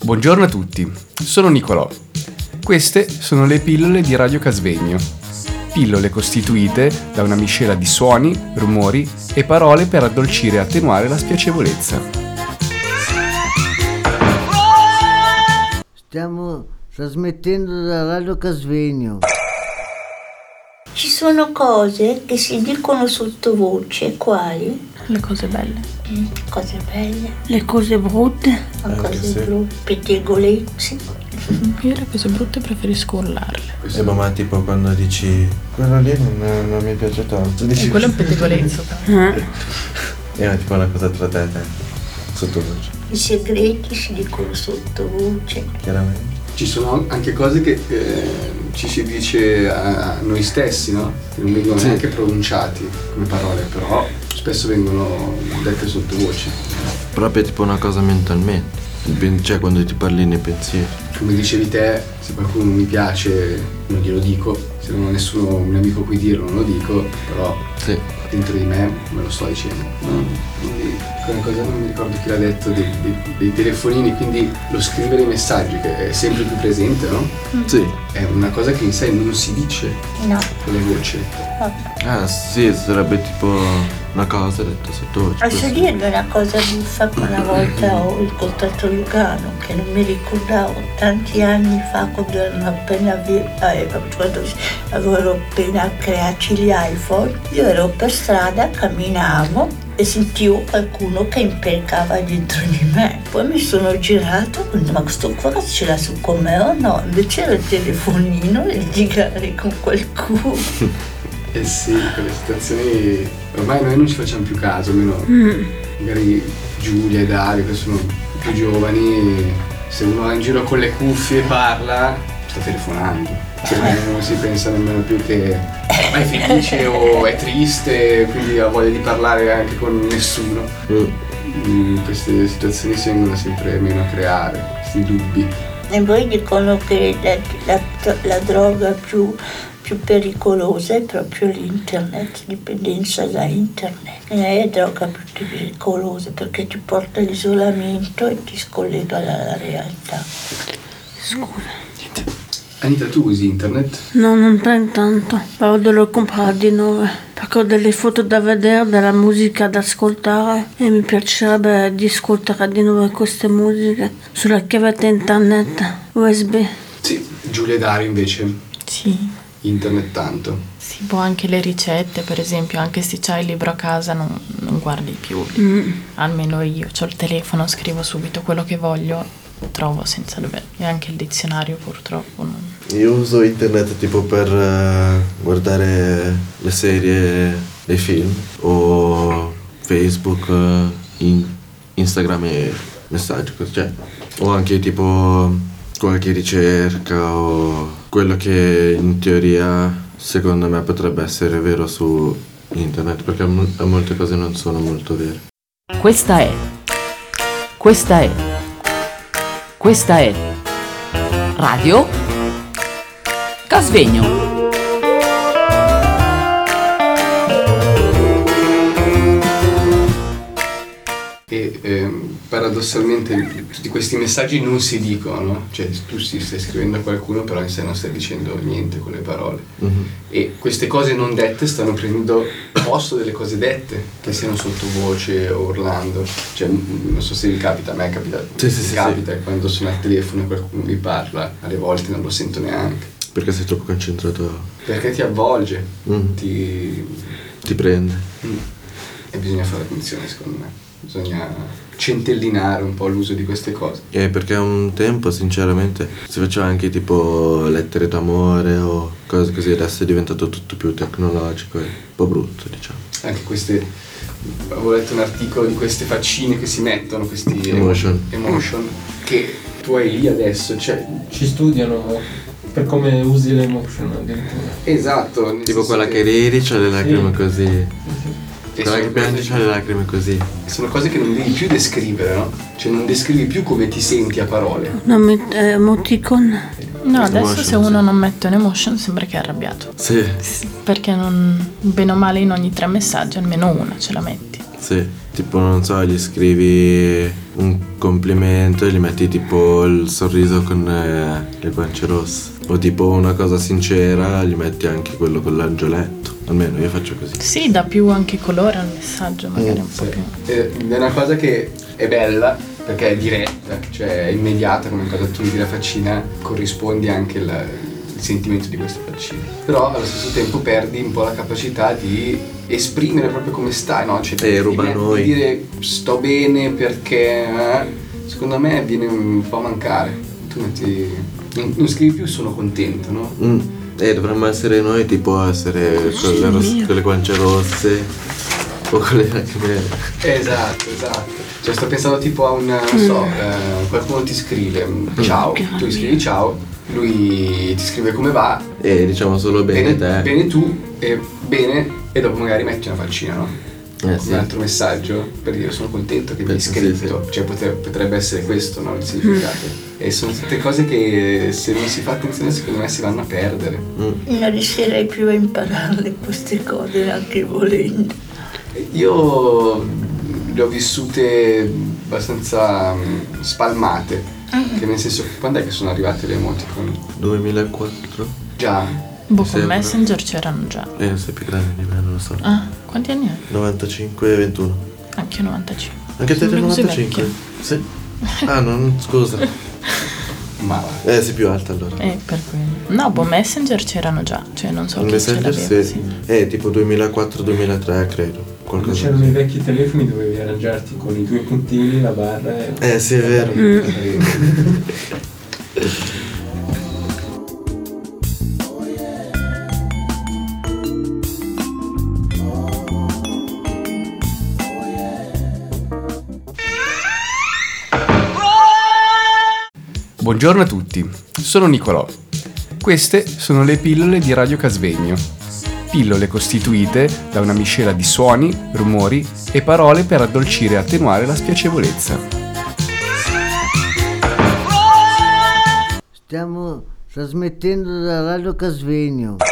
Buongiorno a tutti, sono Nicolò. Queste sono le pillole di Radio Casvegno. Pillole costituite da una miscela di suoni, rumori e parole per addolcire e attenuare la spiacevolezza. Stiamo trasmettendo da Radio Casvegno. Ci sono cose che si dicono sottovoce, quali? Le cose belle. Cose belle, Le cose brutte. cose brutte, pettegolezzi. Io le cose brutte preferisco urlarle. E mamma tipo quando dici quello lì non mi piace tanto, dici Quello è un pettegolezzo. è tipo una cosa tra te e te, sottovoce, I segreti si dicono sottovoce. chiaramente. Ci sono anche cose che ci si dice a noi stessi, no? Che non vengono neanche pronunciati come parole, però spesso vengono dette sottovoce. Proprio tipo una cosa mentalmente, cioè quando ti parli nei pensieri. Come dicevi te, se qualcuno non mi piace non glielo dico, se non ho nessuno, un amico a cui dirlo non lo dico, però Sì. dentro di me me lo sto dicendo. Quindi quella cosa non mi ricordo chi l'ha detto dei telefonini, quindi lo scrivere i messaggi che è sempre più presente, no? Sì. È una cosa che in sé non si dice No. con le voci. Ah sì, sarebbe tipo una cosa detta sottovoce. Posso dirvi una cosa buffa? Una volta ho incontrato Lugano, che non mi ricordavo, tanti anni fa, quando avevo appena creato gli iPhone. Io ero per strada, camminavo e sentivo qualcuno che impercava dentro di me. Poi mi sono girato, ma questo qua ce l'ha su con me o no? Invece era il telefonino e litigare con qualcuno. Eh sì, quelle situazioni ormai noi non ci facciamo più caso, almeno magari Giulia e Dario che sono più giovani, se uno va in giro con le cuffie e parla, sta telefonando. Cioè, non si pensa nemmeno più che è felice o è triste, quindi ha voglia di parlare anche con nessuno. Queste situazioni si vengono sempre meno a creare, questi dubbi. E poi dicono che la droga più pericolosa è proprio l'internet, dipendenza da internet. È la droga più pericolosa perché ti porta all'isolamento e ti scollega dalla realtà. Scusa. Anita, tu usi internet? No, non tanto. Però devo comprare di nuovo. Perché ho delle foto da vedere, della musica da ascoltare e mi piacerebbe di ascoltare di nuovo queste musiche sulla chiavetta internet USB. Sì. Giulia e Dario invece, Sì. internet tanto. Si può anche le ricette, per esempio, anche se c'hai il libro a casa non guardi più. Almeno io ho il telefono, scrivo subito quello che voglio, trovo senza dover. E anche il dizionario purtroppo non. Io uso internet tipo per guardare le serie, dei film o Facebook, Instagram e messaggi, cioè. O anche tipo qualche ricerca o quello che in teoria secondo me potrebbe essere vero su internet, perché molte cose non sono molto vere. Questa è Radio Casvegno. E paradossalmente tutti questi messaggi non si dicono, no? Cioè tu stai scrivendo a qualcuno però in sé non stai dicendo niente con le parole. E queste cose non dette stanno prendendo posto delle cose dette, che siano sottovoce o urlando. Cioè non so se vi capita, a me capita, capita che quando sono al telefono e qualcuno mi parla, alle volte non lo sento neanche. Perché sei troppo concentrato. Perché ti avvolge, Ti prende. e bisogna fare attenzione secondo me. Bisogna centellinare un po' l'uso di queste cose. Perché un tempo sinceramente si faceva anche tipo lettere d'amore o cose così, adesso è diventato tutto più tecnologico e un po' brutto, diciamo. Anche queste, avevo letto un articolo di queste faccine che si mettono, questi emotion che tu hai lì adesso, cioè Ci studiano per come usi le emotion addirittura. esatto, nel Tipo senso quella che ridi c'ha le lacrime Sì. così, e quella sono che piange cose- c'ha le lacrime così. sono cose che non devi più descrivere, no? Cioè non descrivi più come ti senti a parole. Emoticon. No, adesso Emotion, se uno sì. non mette un emotion sembra che è arrabbiato. Sì, Perché non, bene o male in ogni 3 messaggi almeno una ce la metti. sì. tipo non so, gli scrivi un complimento e gli metti tipo il sorriso con le guance rosse, o tipo una cosa sincera gli metti anche quello con l'angioletto. Almeno io faccio così. Sì, dà più anche colore al messaggio, magari un po' più. È una cosa che è bella perché è diretta, cioè è immediata, come quando tu vedi la faccina corrispondi anche il sentimento di questa faccina. Però allo stesso tempo perdi un po' la capacità di esprimere proprio come stai, no? Cioè, ruba noi. Di dire sto bene perché secondo me viene un po' a mancare. Tu non scrivi più sono contento, no? Dovremmo essere noi, tipo essere con le guance rosse o con le lacrime. Esatto. Cioè sto pensando tipo a non so, qualcuno ti scrive ciao, tu gli scrivi ciao, lui ti scrive come va e diciamo solo bene te. Bene tu e bene, e dopo magari metti una faccina, no? Sì. Un altro messaggio per dire sono contento che mi hai scritto, sì. Cioè potrebbe essere questo, no? Il significato. E sono tutte cose che se non si fa attenzione secondo me si vanno a perdere. Non riuscirei più a impararle queste cose anche volendo. Io le ho vissute abbastanza spalmate, che nel senso, quando è che sono arrivate le emoticon? 2004? Già. Con Sembra. Messenger c'erano già. Sei più grande di me, non lo so. Ah, quanti anni hai? 95 e 21. Anche io 95. Anche te del Sembra così 95? vecchio. Sì. Ah, non, scusa. Ma va. Sei più alta allora. Per quello. No, Messenger c'erano già, cioè non so Il chi ce Messenger l'aveva. sì. Tipo 2004-2003 credo. Quando Qualcosa c'erano così. i vecchi telefoni dovevi arrangiarti con i 2 puntini, la barra e... Sì, è vero. Buongiorno a tutti, sono Nicolò. Queste sono le pillole di Radio Casvegno. Pillole costituite da una miscela di suoni, rumori e parole per addolcire e attenuare la spiacevolezza. Stiamo trasmettendo da Radio Casvegno.